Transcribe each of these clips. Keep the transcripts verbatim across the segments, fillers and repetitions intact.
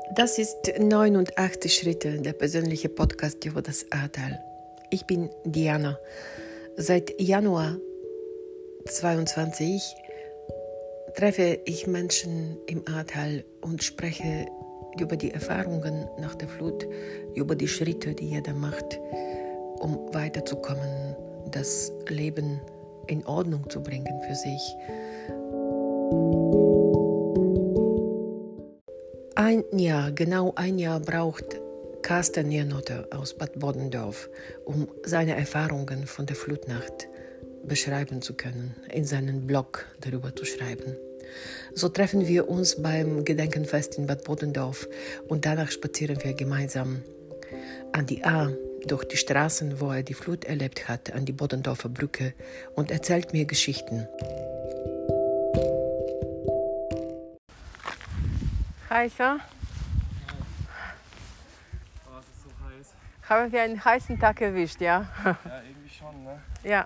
Das ist neunundachtzig Schritte, der persönliche Podcast über das Ahrtal. Ich bin Diana. Seit Januar zweiundzwanzig treffe ich Menschen im Ahrtal und spreche über die Erfahrungen nach der Flut, über die Schritte, die jeder macht, um weiterzukommen, das Leben in Ordnung zu bringen für sich. Ein Jahr, genau ein Jahr braucht Carsten Nienotte aus Bad Bodendorf, um seine Erfahrungen von der Flutnacht beschreiben zu können, in seinen Blog darüber zu schreiben. So treffen wir uns beim Gedenkenfest in Bad Bodendorf und danach spazieren wir gemeinsam an die Ahr, durch die Straßen, wo er die Flut erlebt hat, an die Bodendorfer Brücke und erzählt mir Geschichten. Heißer? Ja. Oh, es ist so heiß. Haben wir einen heißen Tag erwischt, ja? Ja, irgendwie schon, ne? Ja.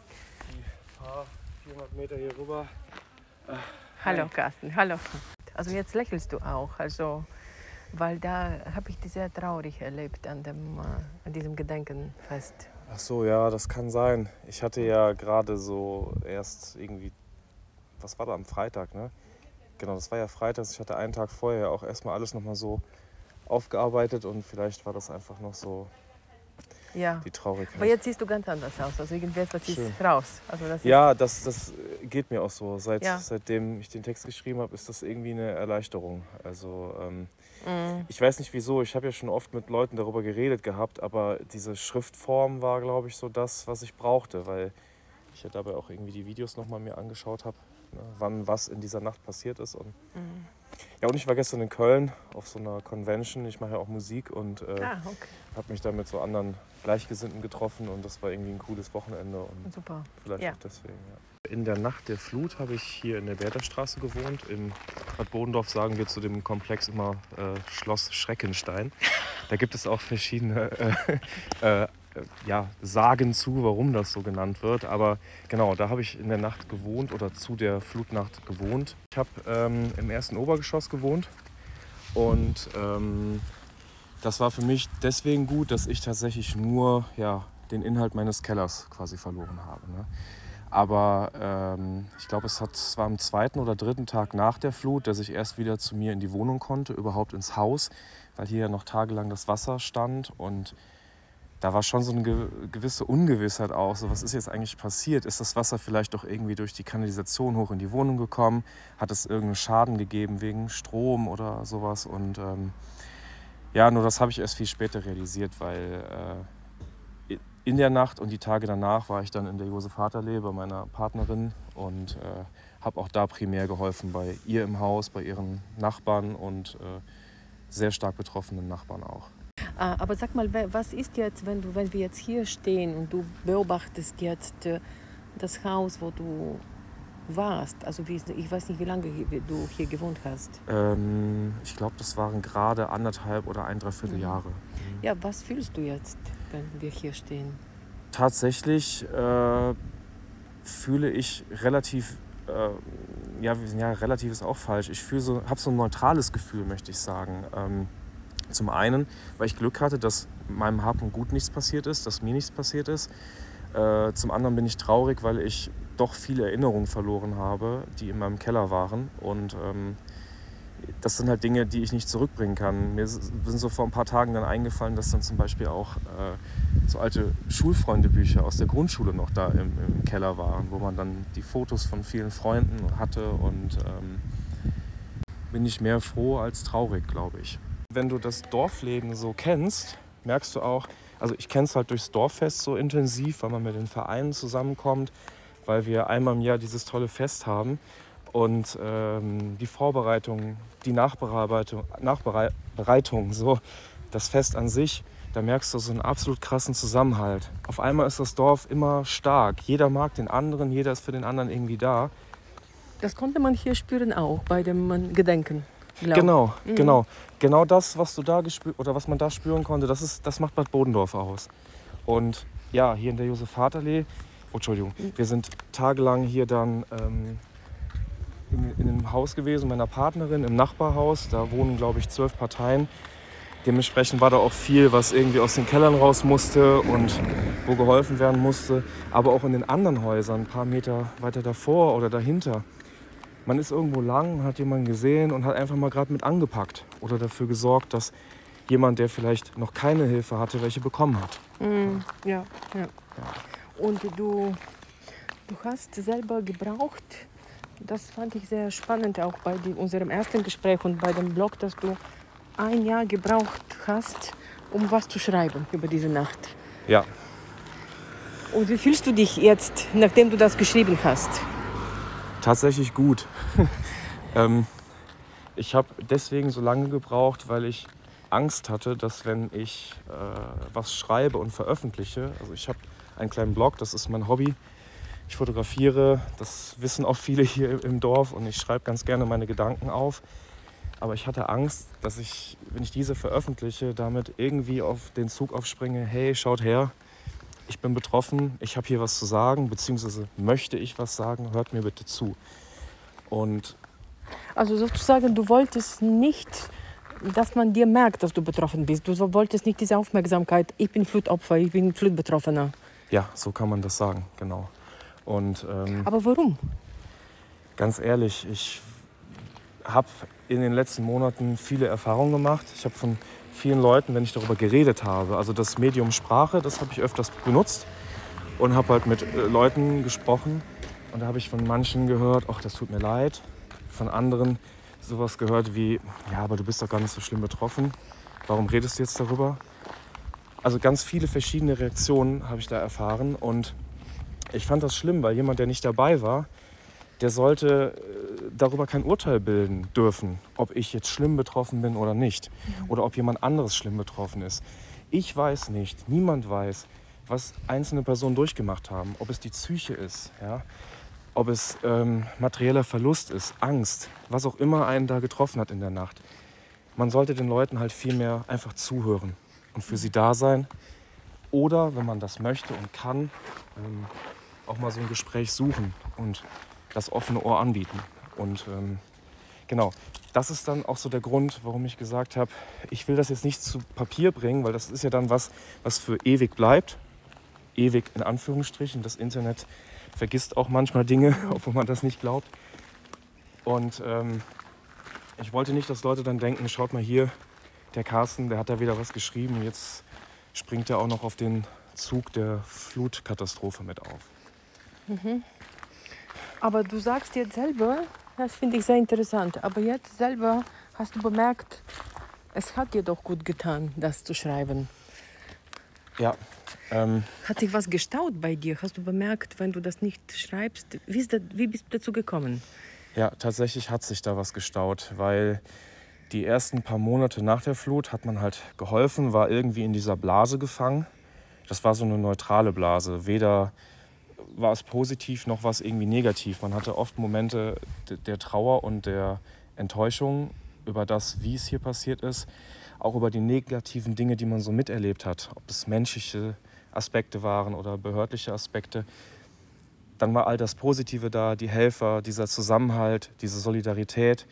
Die paar vierhundert Meter hier rüber. Äh, Hallo hi. Carsten, hallo. Also jetzt lächelst du auch, also, weil da habe ich dich sehr traurig erlebt an, dem, äh, an diesem Gedenkenfest. Ach so, ja, das kann sein. Ich hatte ja gerade so erst irgendwie, was war da am Freitag, ne? Genau, das war ja Freitag. Ich hatte einen Tag vorher auch erstmal alles nochmal so aufgearbeitet und vielleicht war das einfach noch so Ja. die Traurigkeit. Aber jetzt siehst du ganz anders aus, also irgendetwas ist Schön. raus. Also das ist, Ja, das, das geht mir auch so. Seit, Ja. Seitdem ich den Text geschrieben habe, ist das irgendwie eine Erleichterung. Also ähm, mm, ich weiß nicht wieso, ich habe ja schon oft mit Leuten darüber geredet gehabt, aber diese Schriftform war, glaube ich, so das, was ich brauchte, weil ich ja dabei auch irgendwie die Videos nochmal mir angeschaut habe, ne, wann was in dieser Nacht passiert ist. Und mm. ja, und ich war gestern in Köln auf so einer Convention. Ich mache ja auch Musik und äh, Ah, okay. habe mich da mit so anderen Gleichgesinnten getroffen und das war irgendwie ein cooles Wochenende und Super. vielleicht Ja. auch deswegen. Ja. In der Nacht der Flut habe ich hier in der Berterstraße gewohnt. In Bad Bodendorf sagen wir zu dem Komplex immer äh, Schloss Schreckenstein. Da gibt es auch verschiedene äh, äh, ja, Sagen zu, warum das so genannt wird. Aber genau, da habe ich in der Nacht gewohnt oder zu der Flutnacht gewohnt. Ich habe ähm, im ersten Obergeschoss gewohnt und ähm, das war für mich deswegen gut, dass ich tatsächlich nur ja, den Inhalt meines Kellers quasi verloren habe. Ne? Aber ähm, ich glaube, es, hat, es war am zweiten oder dritten Tag nach der Flut, dass ich erst wieder zu mir in die Wohnung konnte, überhaupt ins Haus, weil hier ja noch tagelang das Wasser stand und da war schon so eine gewisse Ungewissheit auch. So, was ist jetzt eigentlich passiert? Ist das Wasser vielleicht doch irgendwie durch die Kanalisation hoch in die Wohnung gekommen? Hat es irgendeinen Schaden gegeben wegen Strom oder sowas? Und ähm, ja, nur das habe ich erst viel später realisiert, weil äh, in der Nacht und die Tage danach war ich dann in der Josef-Harterlee bei meiner Partnerin und äh, habe auch da primär geholfen bei ihr im Haus, bei ihren Nachbarn und äh, sehr stark betroffenen Nachbarn auch. Ah, aber sag mal, was ist jetzt, wenn, du, wenn wir jetzt hier stehen und du beobachtest jetzt äh, das Haus, wo du warst? Also wie, ich weiß nicht, wie lange du hier gewohnt hast. Ähm, ich glaube, das waren gerade anderthalb oder ein Dreiviertel Mhm. Jahre. Ja, was fühlst du jetzt, wenn wir hier stehen? Tatsächlich äh, fühle ich relativ, äh, ja, ja, relativ ist auch falsch. Ich fühle so, habe so ein neutrales Gefühl, möchte ich sagen. Ähm, Zum einen, weil ich Glück hatte, dass meinem Hab und Gut nichts passiert ist, dass mir nichts passiert ist. Äh, zum anderen bin ich traurig, weil ich doch viele Erinnerungen verloren habe, die in meinem Keller waren. Und ähm, das sind halt Dinge, die ich nicht zurückbringen kann. Mir sind so vor ein paar Tagen dann eingefallen, dass dann zum Beispiel auch äh, so alte Schulfreundebücher aus der Grundschule noch da im, im Keller waren, wo man dann die Fotos von vielen Freunden hatte. Und ähm, bin ich mehr froh als traurig, glaube ich. Wenn du das Dorfleben so kennst, merkst du auch, also ich kenne es halt durchs Dorffest so intensiv, weil man mit den Vereinen zusammenkommt, weil wir einmal im Jahr dieses tolle Fest haben und ähm, die Vorbereitung, die Nachbereitung, Nachbereitung, so das Fest an sich, da merkst du so einen absolut krassen Zusammenhalt. Auf einmal ist das Dorf immer stark, jeder mag den anderen, jeder ist für den anderen irgendwie da. Das konnte man hier spüren auch bei dem Gedenken. Genau, Mhm. genau. Genau das, was du da gespürt oder was man da spüren konnte, das ist, das macht Bad Bodendorf aus. Und ja, hier in der Josef-Harterlee, oh, Entschuldigung, wir sind tagelang hier dann ähm, in, in einem Haus gewesen, meiner Partnerin, im Nachbarhaus. Da wohnen, glaube ich, zwölf Parteien. Dementsprechend war da auch viel, was irgendwie aus den Kellern raus musste und wo geholfen werden musste. Aber auch in den anderen Häusern, ein paar Meter weiter davor oder dahinter. Man ist irgendwo lang, hat jemanden gesehen und hat einfach mal gerade mit angepackt. Oder dafür gesorgt, dass jemand, der vielleicht noch keine Hilfe hatte, welche bekommen hat. Mm, ja, ja, ja. Und du, du hast selber gebraucht, das fand ich sehr spannend, auch bei die, unserem ersten Gespräch und bei dem Blog, dass du ein Jahr gebraucht hast, um was zu schreiben über diese Nacht. Ja. Und wie fühlst du dich jetzt, nachdem du das geschrieben hast? Tatsächlich gut. ähm, ich habe deswegen so lange gebraucht, weil ich Angst hatte, dass wenn ich äh, was schreibe und veröffentliche, also ich habe einen kleinen Blog, das ist mein Hobby. Ich fotografiere, das wissen auch viele hier im Dorf und ich schreibe ganz gerne meine Gedanken auf. Aber ich hatte Angst, dass ich, wenn ich diese veröffentliche, damit irgendwie auf den Zug aufspringe, hey, schaut her, ich bin betroffen, ich habe hier was zu sagen, beziehungsweise möchte ich was sagen, hört mir bitte zu. Und also sozusagen, du wolltest nicht, dass man dir merkt, dass du betroffen bist. Du wolltest nicht diese Aufmerksamkeit, ich bin Flutopfer, ich bin Flutbetroffener. Ja, so kann man das sagen, genau. Und, ähm, aber warum? Ganz ehrlich, ich habe in den letzten Monaten viele Erfahrungen gemacht. Ich habe von vielen Leuten, wenn ich darüber geredet habe, also das Medium Sprache, das habe ich öfters benutzt und habe halt mit äh, Leuten gesprochen. Und da habe ich von manchen gehört, ach, das tut mir leid. Von anderen sowas gehört wie, ja, aber du bist doch gar nicht so schlimm betroffen. Warum redest du jetzt darüber? Also ganz viele verschiedene Reaktionen habe ich da erfahren. Und ich fand das schlimm, weil jemand, der nicht dabei war, der sollte darüber kein Urteil bilden dürfen, ob ich jetzt schlimm betroffen bin oder nicht. Mhm. Oder ob jemand anderes schlimm betroffen ist. Ich weiß nicht, niemand weiß, was einzelne Personen durchgemacht haben. Ob es die Psyche ist, ja? Ob es ähm, materieller Verlust ist, Angst, was auch immer einen da getroffen hat in der Nacht. Man sollte den Leuten halt viel mehr einfach zuhören und für sie da sein. Oder, wenn man das möchte und kann, ähm, auch mal so ein Gespräch suchen und das offene Ohr anbieten. Und ähm, genau, das ist dann auch so der Grund, warum ich gesagt habe, ich will das jetzt nicht zu Papier bringen, weil das ist ja dann was, was für ewig bleibt. Ewig in Anführungsstrichen. Das Internet vergisst auch manchmal Dinge, obwohl man das nicht glaubt. Und ähm, ich wollte nicht, dass Leute dann denken, schaut mal hier, der Carsten, der hat da wieder was geschrieben und jetzt springt er auch noch auf den Zug der Flutkatastrophe mit auf. Mhm. Aber du sagst jetzt selber, das finde ich sehr interessant, aber jetzt selber hast du bemerkt, es hat dir doch gut getan, das zu schreiben. Ja. Ähm, hat sich was gestaut bei dir? Hast du bemerkt, wenn du das nicht schreibst, wie, ist das, wie bist du dazu gekommen? Ja, tatsächlich hat sich da was gestaut, weil die ersten paar Monate nach der Flut hat man halt geholfen, war irgendwie in dieser Blase gefangen. Das war so eine neutrale Blase, weder war es positiv, noch war es irgendwie negativ. Man hatte oft Momente der Trauer und der Enttäuschung über das, wie es hier passiert ist. Auch über die negativen Dinge, die man so miterlebt hat. Ob es menschliche Aspekte waren oder behördliche Aspekte. Dann war all das Positive da, die Helfer, dieser Zusammenhalt, diese Solidarität.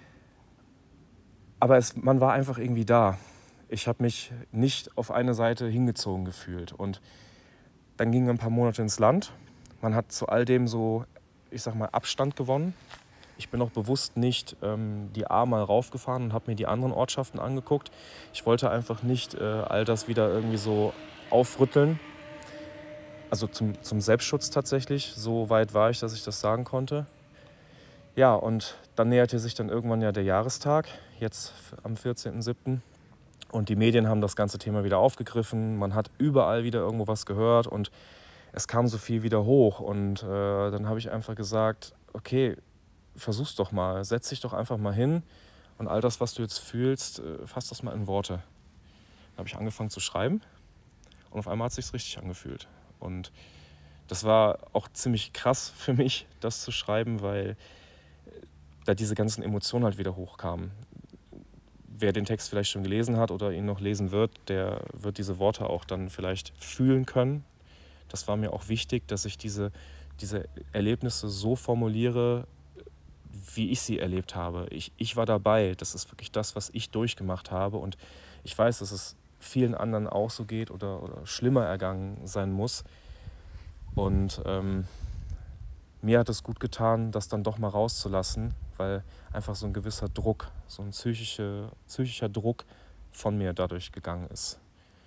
Aber es, man war einfach irgendwie da. Ich habe mich nicht auf eine Seite hingezogen gefühlt. Und dann gingen ein paar Monate ins Land. Man hat zu all dem so, ich sag mal, Abstand gewonnen. Ich bin auch bewusst nicht ähm, die A mal raufgefahren und habe mir die anderen Ortschaften angeguckt. Ich wollte einfach nicht äh, all das wieder irgendwie so aufrütteln. Also zum, zum Selbstschutz tatsächlich. So weit war ich, dass ich das sagen konnte. Ja, und dann näherte sich dann irgendwann ja der Jahrestag, jetzt am vierzehnten siebten Und die Medien haben das ganze Thema wieder aufgegriffen. Man hat überall wieder irgendwo was gehört und es kam so viel wieder hoch. Und äh, dann habe ich einfach gesagt, okay, versuch's doch mal, setz dich doch einfach mal hin und all das, was du jetzt fühlst, äh, fass das mal in Worte. Dann habe ich angefangen zu schreiben und auf einmal hat es sich richtig angefühlt. Und das war auch ziemlich krass für mich, das zu schreiben, weil da diese ganzen Emotionen halt wieder hochkamen. Wer den Text vielleicht schon gelesen hat oder ihn noch lesen wird, der wird diese Worte auch dann vielleicht fühlen können. Das war mir auch wichtig, dass ich diese, diese Erlebnisse so formuliere, wie ich sie erlebt habe. Ich, ich war dabei. Das ist wirklich das, was ich durchgemacht habe. Und ich weiß, dass es vielen anderen auch so geht oder, oder schlimmer ergangen sein muss. Und ähm, mir hat es gut getan, das dann doch mal rauszulassen, weil einfach so ein gewisser Druck, so ein psychische, psychischer Druck von mir dadurch gegangen ist.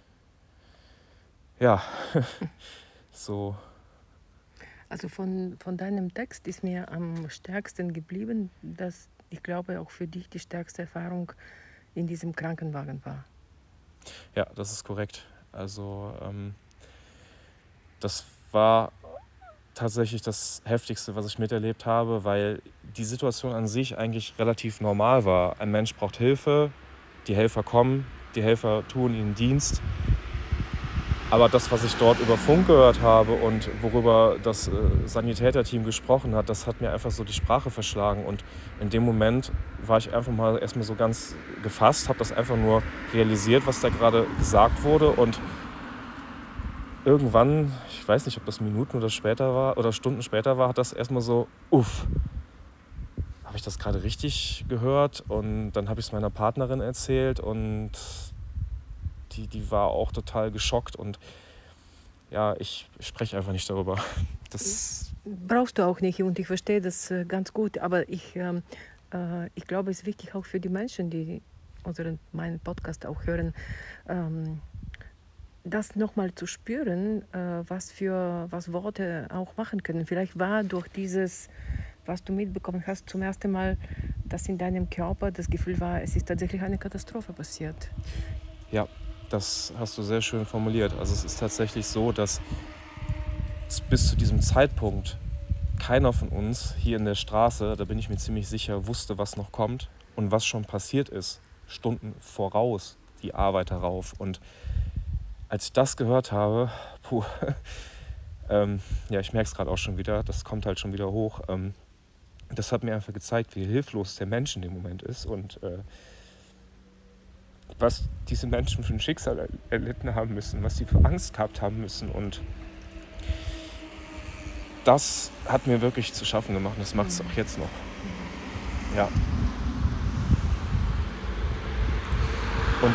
Ja, so. Also von, von deinem Text ist mir am stärksten geblieben, dass ich glaube auch für dich die stärkste Erfahrung in diesem Krankenwagen war. Ja, das ist korrekt. Also ähm, das war tatsächlich das Heftigste, was ich miterlebt habe, weil die Situation an sich eigentlich relativ normal war. Ein Mensch braucht Hilfe, die Helfer kommen, die Helfer tun ihnen Dienst. Aber das, was ich dort über Funk gehört habe und worüber das äh, Sanitäterteam gesprochen hat, das hat mir einfach so die Sprache verschlagen. Und in dem Moment war ich einfach mal erstmal so ganz gefasst, habe das einfach nur realisiert, was da gerade gesagt wurde. Und irgendwann, ich weiß nicht, ob das Minuten oder später war oder Stunden später war, hat das erstmal so, uff, habe ich das gerade richtig gehört? Und dann habe ich es meiner Partnerin erzählt und die, die war auch total geschockt. Und ja, ich spreche einfach nicht darüber. Das brauchst du auch nicht und ich verstehe das äh, ganz gut, aber ich, ähm, äh, ich glaube, es ist wichtig auch für die Menschen, die unseren, meinen Podcast auch hören, ähm, das nochmal zu spüren, äh, was für was Worte auch machen können. Vielleicht war durch dieses, was du mitbekommen hast, zum ersten Mal, dass in deinem Körper das Gefühl war, es ist tatsächlich eine Katastrophe passiert. Ja, das hast du sehr schön formuliert. Also es ist tatsächlich so, dass bis zu diesem Zeitpunkt keiner von uns hier in der Straße, da bin ich mir ziemlich sicher, wusste, was noch kommt und was schon passiert ist. Stunden voraus, die Arbeit darauf. Und als ich das gehört habe, puh, ähm, ja, ich merke es gerade auch schon wieder, das kommt halt schon wieder hoch. Ähm, das hat mir einfach gezeigt, wie hilflos der Mensch in dem Moment ist und äh, was diese Menschen für ein Schicksal er- erlitten haben müssen, was sie für Angst gehabt haben müssen. Und das hat mir wirklich zu schaffen gemacht und das macht es auch jetzt noch. Ja. Und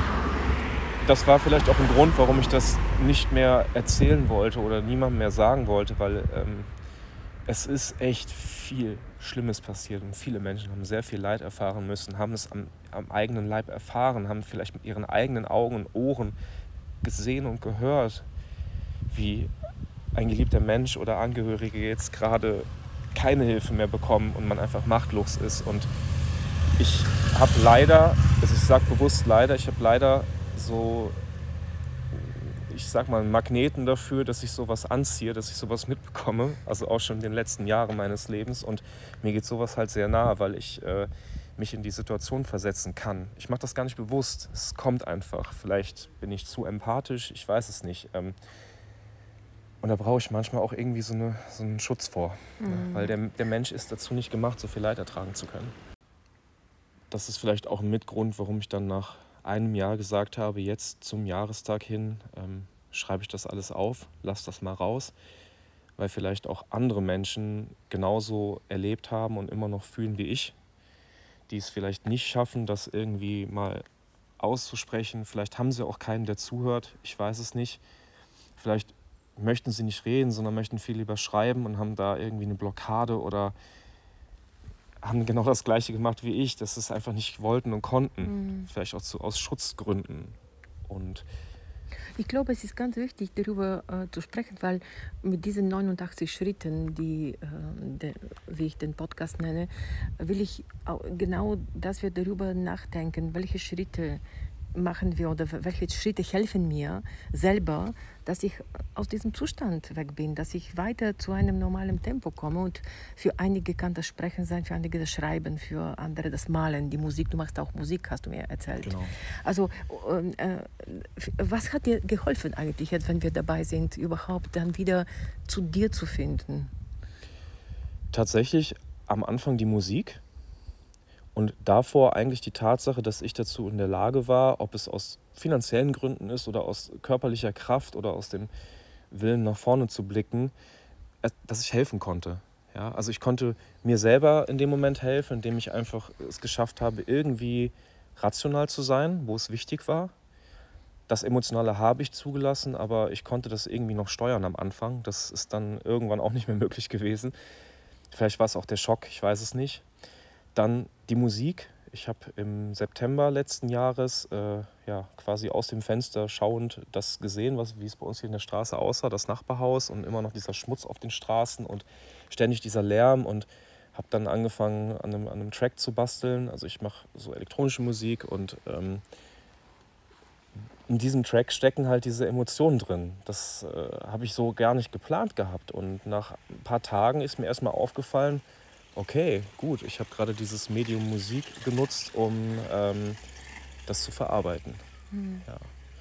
das war vielleicht auch ein Grund, warum ich das nicht mehr erzählen wollte oder niemandem mehr sagen wollte, weil ähm, es ist echt viel Schlimmes passiert und viele Menschen haben sehr viel Leid erfahren müssen, haben es am, am eigenen Leib erfahren, haben vielleicht mit ihren eigenen Augen und Ohren gesehen und gehört, wie ein geliebter Mensch oder Angehörige jetzt gerade keine Hilfe mehr bekommen und man einfach machtlos ist. Und ich habe leider, also ich sage bewusst leider, ich habe leider so, ich sag mal, einen Magneten dafür, dass ich sowas anziehe, dass ich sowas mitbekomme, also auch schon in den letzten Jahren meines Lebens. Und mir geht sowas halt sehr nahe, weil ich äh, mich in die Situation versetzen kann. Ich mache das gar nicht bewusst, es kommt einfach. Vielleicht bin ich zu empathisch, ich weiß es nicht. Ähm, Und da brauche ich manchmal auch irgendwie so, eine, so einen Schutz vor. Mhm. Ne? Weil der, der Mensch ist dazu nicht gemacht, so viel Leid ertragen zu können. Das ist vielleicht auch ein Mitgrund, warum ich dann nach einem Jahr gesagt habe, jetzt zum Jahrestag hin ähm, schreibe ich das alles auf, lass das mal raus. Weil vielleicht auch andere Menschen genauso erlebt haben und immer noch fühlen wie ich, die es vielleicht nicht schaffen, das irgendwie mal auszusprechen. Vielleicht haben sie auch keinen, der zuhört, ich weiß es nicht. Vielleicht möchten sie nicht reden, sondern möchten viel lieber schreiben und haben da irgendwie eine Blockade oder haben genau das Gleiche gemacht wie ich, dass sie es einfach nicht wollten und konnten. Mhm. Vielleicht auch zu, aus Schutzgründen. Und ich glaube, es ist ganz wichtig, darüber äh, zu sprechen, weil mit diesen neunundachtzig Schritten, die, äh, de, wie ich den Podcast nenne, will ich auch genau, dass wir darüber nachdenken, welche Schritte machen wir oder welche Schritte helfen mir selber, dass ich aus diesem Zustand weg bin, dass ich weiter zu einem normalen Tempo komme. Und für einige kann das Sprechen sein, für einige das Schreiben, für andere das Malen, die Musik. Du machst auch Musik, hast du mir erzählt. Genau. Also äh, was hat dir geholfen eigentlich, jetzt, wenn wir dabei sind, überhaupt dann wieder zu dir zu finden? Tatsächlich am Anfang die Musik. Und davor eigentlich die Tatsache, dass ich dazu in der Lage war, ob es aus finanziellen Gründen ist oder aus körperlicher Kraft oder aus dem Willen nach vorne zu blicken, dass ich helfen konnte. Ja, also ich konnte mir selber in dem Moment helfen, indem ich einfach es geschafft habe, irgendwie rational zu sein, wo es wichtig war. Das Emotionale habe ich zugelassen, aber ich konnte das irgendwie noch steuern am Anfang. Das ist dann irgendwann auch nicht mehr möglich gewesen. Vielleicht war es auch der Schock, ich weiß es nicht. Dann die Musik. Ich habe im September letzten Jahres äh, ja, quasi aus dem Fenster schauend das gesehen, was, wie es bei uns hier in der Straße aussah, das Nachbarhaus und immer noch dieser Schmutz auf den Straßen und ständig dieser Lärm, und habe dann angefangen, an einem, an einem Track zu basteln. Also ich mache so elektronische Musik, und ähm, in diesem Track stecken halt diese Emotionen drin. Das äh, habe ich so gar nicht geplant gehabt, und nach ein paar Tagen ist mir erstmal aufgefallen, okay, gut, ich habe gerade dieses Medium Musik genutzt, um ähm, das zu verarbeiten. Mhm. Ja.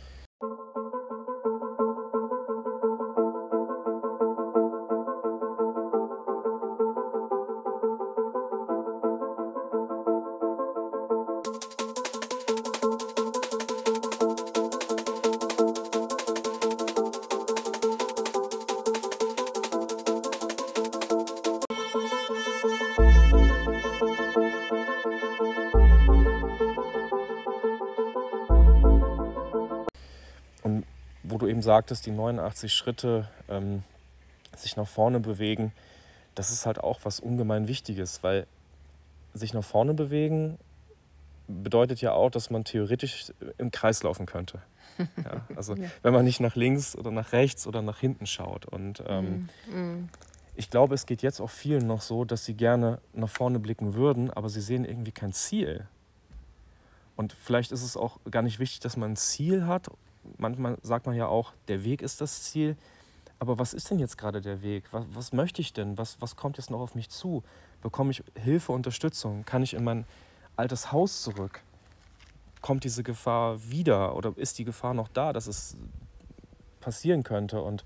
Und wo du eben sagtest, die neunundachtzig Schritte ähm, sich nach vorne bewegen, das ist halt auch was ungemein Wichtiges, weil sich nach vorne bewegen bedeutet ja auch, dass man theoretisch im Kreis laufen könnte. Ja, also ja. Wenn man nicht nach links oder nach rechts oder nach hinten schaut. Und ähm, mm. ich glaube, es geht jetzt auch vielen noch so, dass sie gerne nach vorne blicken würden, aber sie sehen irgendwie kein Ziel. Und vielleicht ist es auch gar nicht wichtig, dass man ein Ziel hat. Manchmal sagt man ja auch, der Weg ist das Ziel. Aber was ist denn jetzt gerade der Weg? Was, was möchte ich denn? Was, was kommt jetzt noch auf mich zu? Bekomme ich Hilfe, Unterstützung? Kann ich in mein altes Haus zurück? Kommt diese Gefahr wieder? Oder ist die Gefahr noch da, dass es passieren könnte? Und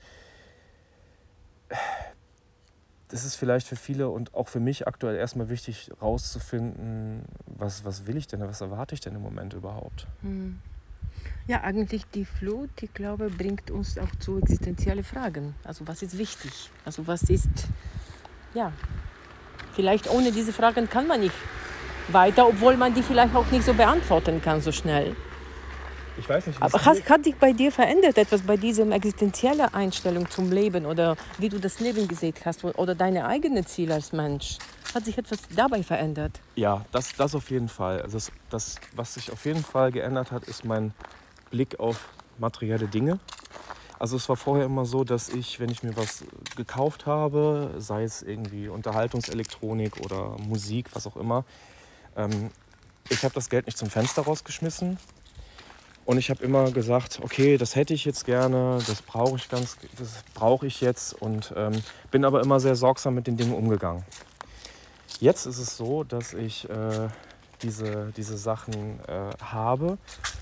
das ist vielleicht für viele und auch für mich aktuell erstmal wichtig, rauszufinden, was, was will ich denn, was erwarte ich denn im Moment überhaupt? Hm. Ja, eigentlich die Flut, ich glaube, bringt uns auch zu existenziellen Fragen. Also was ist wichtig? Also was ist, ja, vielleicht ohne diese Fragen kann man nicht weiter, obwohl man die vielleicht auch nicht so beantworten kann so schnell. Ich weiß nicht, aber hat, hat sich bei dir verändert etwas bei dieser existenziellen Einstellung zum Leben oder wie du das Leben gesehen hast oder deine eigenen Ziele als Mensch? Hat sich etwas dabei verändert? Ja, das, das auf jeden Fall. Also das, das, was sich auf jeden Fall geändert hat, ist mein Blick auf materielle Dinge. Also es war vorher immer so, dass ich, wenn ich mir was gekauft habe, sei es irgendwie Unterhaltungselektronik oder Musik, was auch immer, ähm, ich habe das Geld nicht zum Fenster rausgeschmissen. Und ich habe immer gesagt, okay, das hätte ich jetzt gerne, das brauche ich ganz, das brauche ich jetzt, und ähm, bin aber immer sehr sorgsam mit den Dingen umgegangen. Jetzt ist es so, dass ich äh, diese, diese Sachen äh, habe,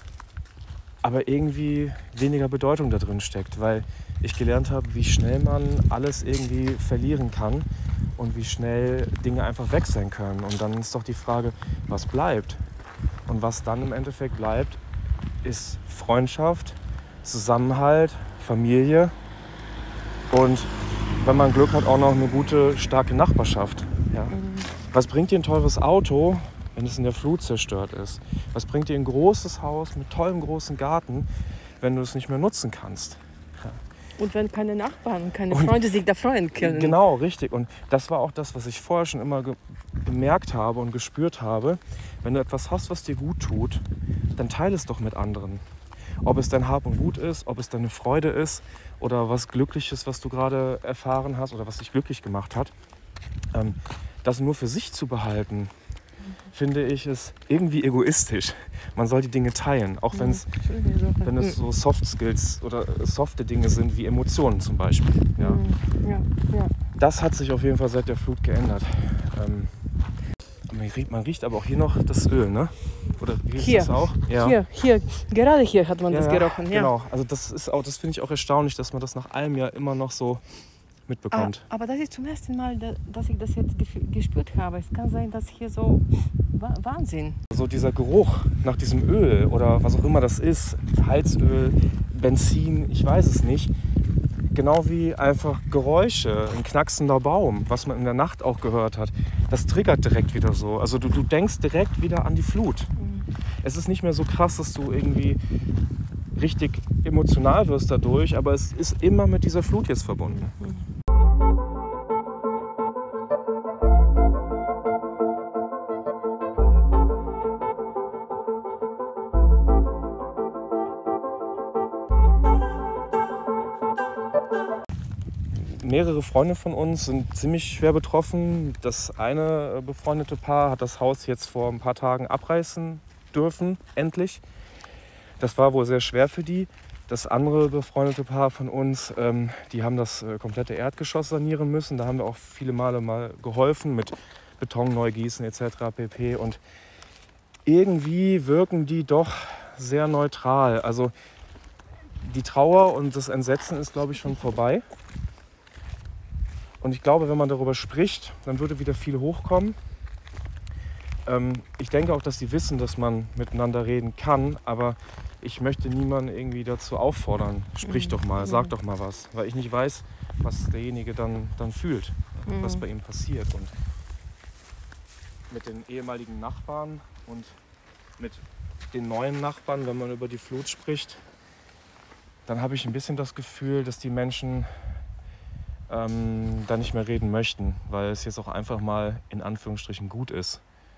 aber irgendwie weniger Bedeutung da drin steckt, weil ich gelernt habe, wie schnell man alles irgendwie verlieren kann und wie schnell Dinge einfach weg sein können. Und dann ist doch die Frage, was bleibt? Und was dann im Endeffekt bleibt, ist Freundschaft, Zusammenhalt, Familie und wenn man Glück hat, auch noch eine gute, starke Nachbarschaft. Ja. Mhm. Was bringt dir ein teures Auto, wenn es in der Flut zerstört ist? Was bringt dir ein großes Haus mit tollem großen Garten, wenn du es nicht mehr nutzen kannst? Ja. Und wenn keine Nachbarn, keine und Freunde sich da freuen können. Genau, richtig. Und das war auch das, was ich vorher schon immer ge- gemerkt habe und gespürt habe. Wenn du etwas hast, was dir gut tut, dann teile es doch mit anderen. Ob es dein Hab und Gut ist, ob es deine Freude ist oder was Glückliches, was du gerade erfahren hast oder was dich glücklich gemacht hat. Ähm, das nur für sich zu behalten, finde ich, ist irgendwie egoistisch. Man soll die Dinge teilen, auch wenn's, wenn es so Soft Skills oder softe Dinge sind, wie Emotionen zum Beispiel. Ja. Ja, ja. Das hat sich auf jeden Fall seit der Flut geändert. Ähm, man, riecht, man riecht aber auch hier noch das Öl, ne? Oder riecht hier, das auch? Ja. Hier, hier, gerade hier hat man ja, das gerochen. Ja. Genau, also das ist auch, das finde ich auch erstaunlich, dass man das nach einem Jahr immer noch so mitbekommt. Ah, aber das ist zum ersten Mal, dass ich das jetzt gespürt habe. Es kann sein, dass hier so Wahnsinn. So dieser Geruch nach diesem Öl oder was auch immer das ist, Heizöl, Benzin, ich weiß es nicht, Genau wie einfach Geräusche, ein knacksender Baum, was man in der Nacht auch gehört hat. Das triggert direkt wieder so. Also du, du denkst direkt wieder an die Flut. Mhm. Es ist nicht mehr so krass, dass du irgendwie richtig emotional wirst dadurch, aber es ist immer mit dieser Flut jetzt verbunden. Mhm. Mehrere Freunde von uns sind ziemlich schwer betroffen. Das eine befreundete Paar hat das Haus jetzt vor ein paar Tagen abreißen dürfen, endlich. Das war wohl sehr schwer für die. Das andere befreundete Paar von uns, ähm, die haben das äh, komplette Erdgeschoss sanieren müssen. Da haben wir auch viele Male mal geholfen mit Beton neu gießen et cetera pp. Und irgendwie wirken die doch sehr neutral. Also die Trauer und das Entsetzen ist, glaube ich, schon vorbei. Und ich glaube, wenn man darüber spricht, dann würde wieder viel hochkommen. Ähm, ich denke auch, dass sie wissen, dass man miteinander reden kann, aber ich möchte niemanden irgendwie dazu auffordern. Sprich mhm. doch mal, sag doch mal was, weil ich nicht weiß, was derjenige dann, dann fühlt, mhm. was bei ihm passiert. Und mit den ehemaligen Nachbarn und mit den neuen Nachbarn, wenn man über die Flut spricht, dann habe ich ein bisschen das Gefühl, dass die Menschen ähm, da nicht mehr reden möchten, weil es jetzt auch einfach mal in Anführungsstrichen gut ist.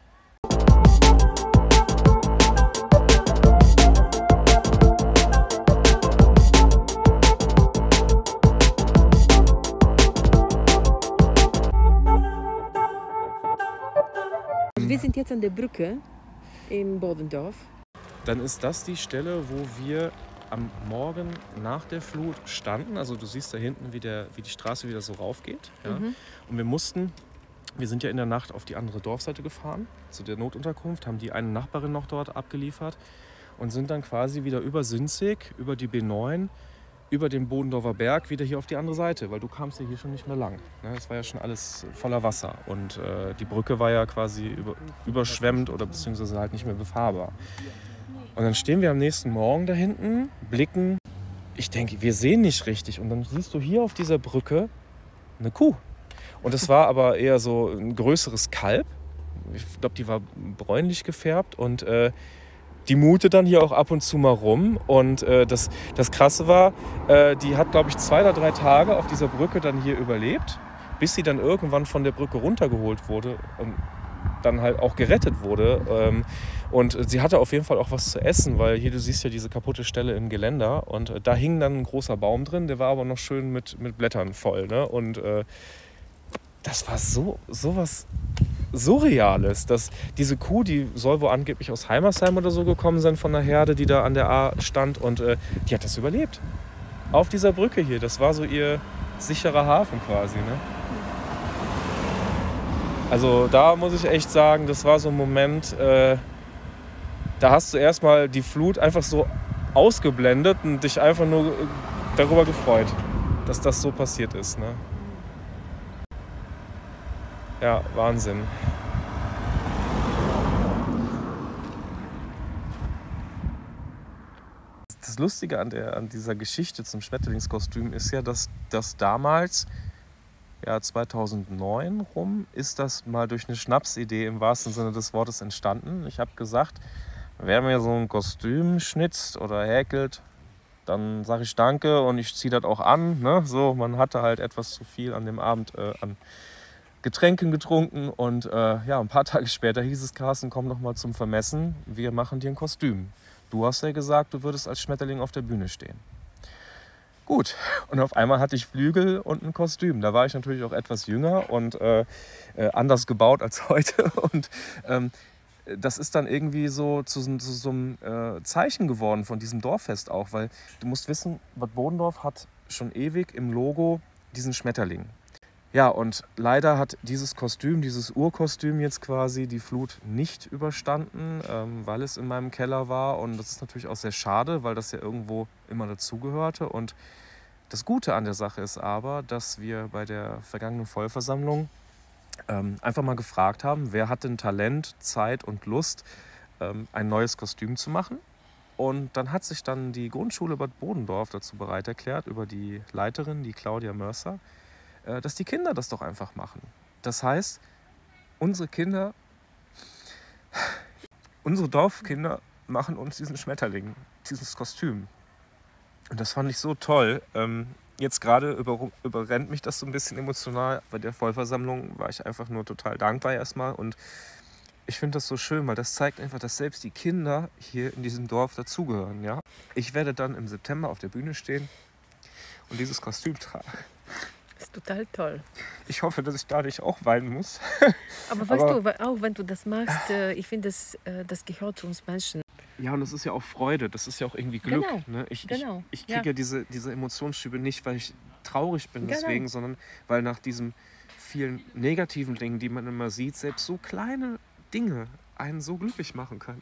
Wir sind jetzt an der Brücke im Bodendorf. Dann ist das die Stelle, wo wir am Morgen nach der Flut standen. Also du siehst da hinten, wie, der, wie die Straße wieder so raufgeht. Ja? Mhm. Und wir mussten, wir sind ja in der Nacht auf die andere Dorfseite gefahren, zu der Notunterkunft, haben die eine Nachbarin noch dort abgeliefert und sind dann quasi wieder über Sinzig, über die B neun, über den Bodendorfer Berg wieder hier auf die andere Seite, weil du kamst ja hier schon nicht mehr lang. Es war ja schon alles voller Wasser und äh, die Brücke war ja quasi über, überschwemmt oder beziehungsweise halt nicht mehr befahrbar. Und dann stehen wir am nächsten Morgen da hinten, blicken. Ich denke, wir sehen nicht richtig. Und dann siehst du hier auf dieser Brücke eine Kuh. Und es war aber eher so ein größeres Kalb. Ich glaube, die war bräunlich gefärbt. Und äh, die mutet dann hier auch ab und zu mal rum. Und äh, das, das Krasse war, äh, die hat, glaube ich, zwei oder drei Tage auf dieser Brücke dann hier überlebt, bis sie dann irgendwann von der Brücke runtergeholt wurde und dann halt auch gerettet wurde. Und sie hatte auf jeden Fall auch was zu essen, weil hier, du siehst ja diese kaputte Stelle im Geländer und da hing dann ein großer Baum drin, der war aber noch schön mit, mit Blättern voll. Ne? Und äh, das war so, so was Surreales, dass diese Kuh, die soll wohl angeblich aus Heimersheim oder so gekommen sein von der Herde, die da an der A stand und äh, die hat das überlebt. Auf dieser Brücke hier, das war so ihr sicherer Hafen quasi. Ne? Also da muss ich echt sagen, das war so ein Moment, äh, da hast du erstmal die Flut einfach so ausgeblendet und dich einfach nur darüber gefreut, dass das so passiert ist. Ne? Ja, Wahnsinn. Das Lustige an, der, an dieser Geschichte zum Schmetterlingskostüm ist ja, dass das damals, ja zweitausendneun rum, ist das mal durch eine Schnapsidee im wahrsten Sinne des Wortes entstanden. Ich habe gesagt, wer mir so ein Kostüm schnitzt oder häkelt, dann sage ich danke und ich ziehe das auch an. Ne? So, man hatte halt etwas zu viel an dem Abend äh, an Getränken getrunken und äh, ja, ein paar Tage später hieß es, Carsten, komm noch mal zum Vermessen, wir machen dir ein Kostüm. Du hast ja gesagt, du würdest als Schmetterling auf der Bühne stehen. Gut, und auf einmal hatte ich Flügel und ein Kostüm. Da war ich natürlich auch etwas jünger und äh, äh, anders gebaut als heute. Und ähm, das ist dann irgendwie so zu, zu, zu so einem äh, Zeichen geworden von diesem Dorffest auch. Weil du musst wissen, Bad Bodendorf hat schon ewig im Logo diesen Schmetterling. Ja, und leider hat dieses Kostüm, dieses Urkostüm jetzt quasi die Flut nicht überstanden, ähm, weil es in meinem Keller war. Und das ist natürlich auch sehr schade, weil das ja irgendwo immer dazugehörte. Und das Gute an der Sache ist aber, dass wir bei der vergangenen Vollversammlung ähm, einfach mal gefragt haben, wer hat denn Talent, Zeit und Lust, ähm, ein neues Kostüm zu machen. Und dann hat sich dann die Grundschule Bad Bodendorf dazu bereit erklärt, über die Leiterin, die Claudia Mörser, äh, dass die Kinder das doch einfach machen. Das heißt, unsere Kinder, unsere Dorfkinder machen uns diesen Schmetterling, dieses Kostüm. Und das fand ich so toll. Ähm, jetzt gerade über, überrennt mich das so ein bisschen emotional. Bei der Vollversammlung war ich einfach nur total dankbar erstmal. Und ich finde das so schön, weil das zeigt einfach, dass selbst die Kinder hier in diesem Dorf dazugehören. Ja? Ich werde dann im September auf der Bühne stehen und dieses Kostüm tragen. Das ist total toll. Ich hoffe, dass ich dadurch auch weinen muss. Aber weißt Aber- du, auch wenn du das machst, äh, ich finde, das, äh, das gehört zu uns Menschen. Ja, und das ist ja auch Freude, das ist ja auch irgendwie Glück. Genau, Ne? Ich, genau, ich, ich kriege ja, ja. diese, diese Emotionsschübe nicht, weil ich traurig bin Genau. deswegen, sondern weil nach diesen vielen negativen Dingen, die man immer sieht, selbst so kleine Dinge einen so glücklich machen können.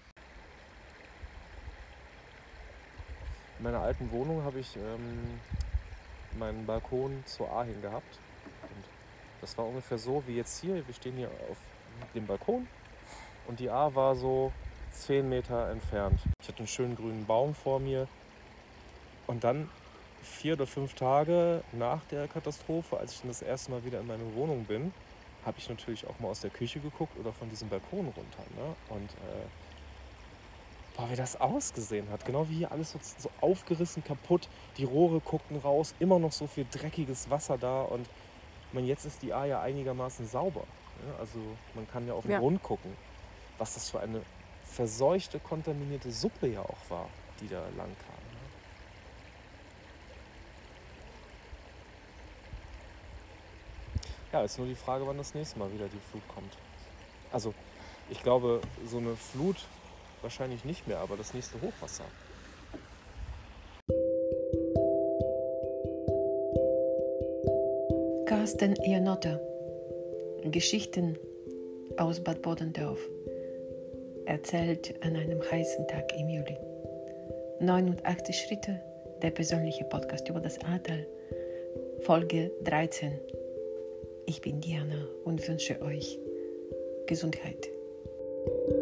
In meiner alten Wohnung habe ich ähm, meinen Balkon zur A hin gehabt. Und das war ungefähr so wie jetzt hier. Wir stehen hier auf dem Balkon und die A war so zehn Meter entfernt. Ich hatte einen schönen grünen Baum vor mir. Und dann vier oder fünf Tage nach der Katastrophe, als ich dann das erste Mal wieder in meine Wohnung bin, habe ich natürlich auch mal aus der Küche geguckt oder von diesem Balkon runter. Ne? Und äh, boah, wie das ausgesehen hat. Genau wie hier alles so, so aufgerissen, kaputt. Die Rohre guckten raus, immer noch so viel dreckiges Wasser da. Und ich meine, jetzt ist die A ja einigermaßen sauber. Ne? Also man kann ja auf den Ja. Grund gucken, was das für eine verseuchte, kontaminierte Suppe ja auch war, die da lang kam. Ne? Ja, ist nur die Frage, wann das nächste Mal wieder die Flut kommt. Also, ich glaube, so eine Flut wahrscheinlich nicht mehr, aber das nächste Hochwasser. Carsten Janotte. Geschichten aus Bad Bodendorf. Erzählt an einem heißen Tag im Juli. neunundachtzig Schritte, der persönliche Podcast über das Ahrtal. Folge dreizehn. Ich bin Diana und wünsche euch Gesundheit.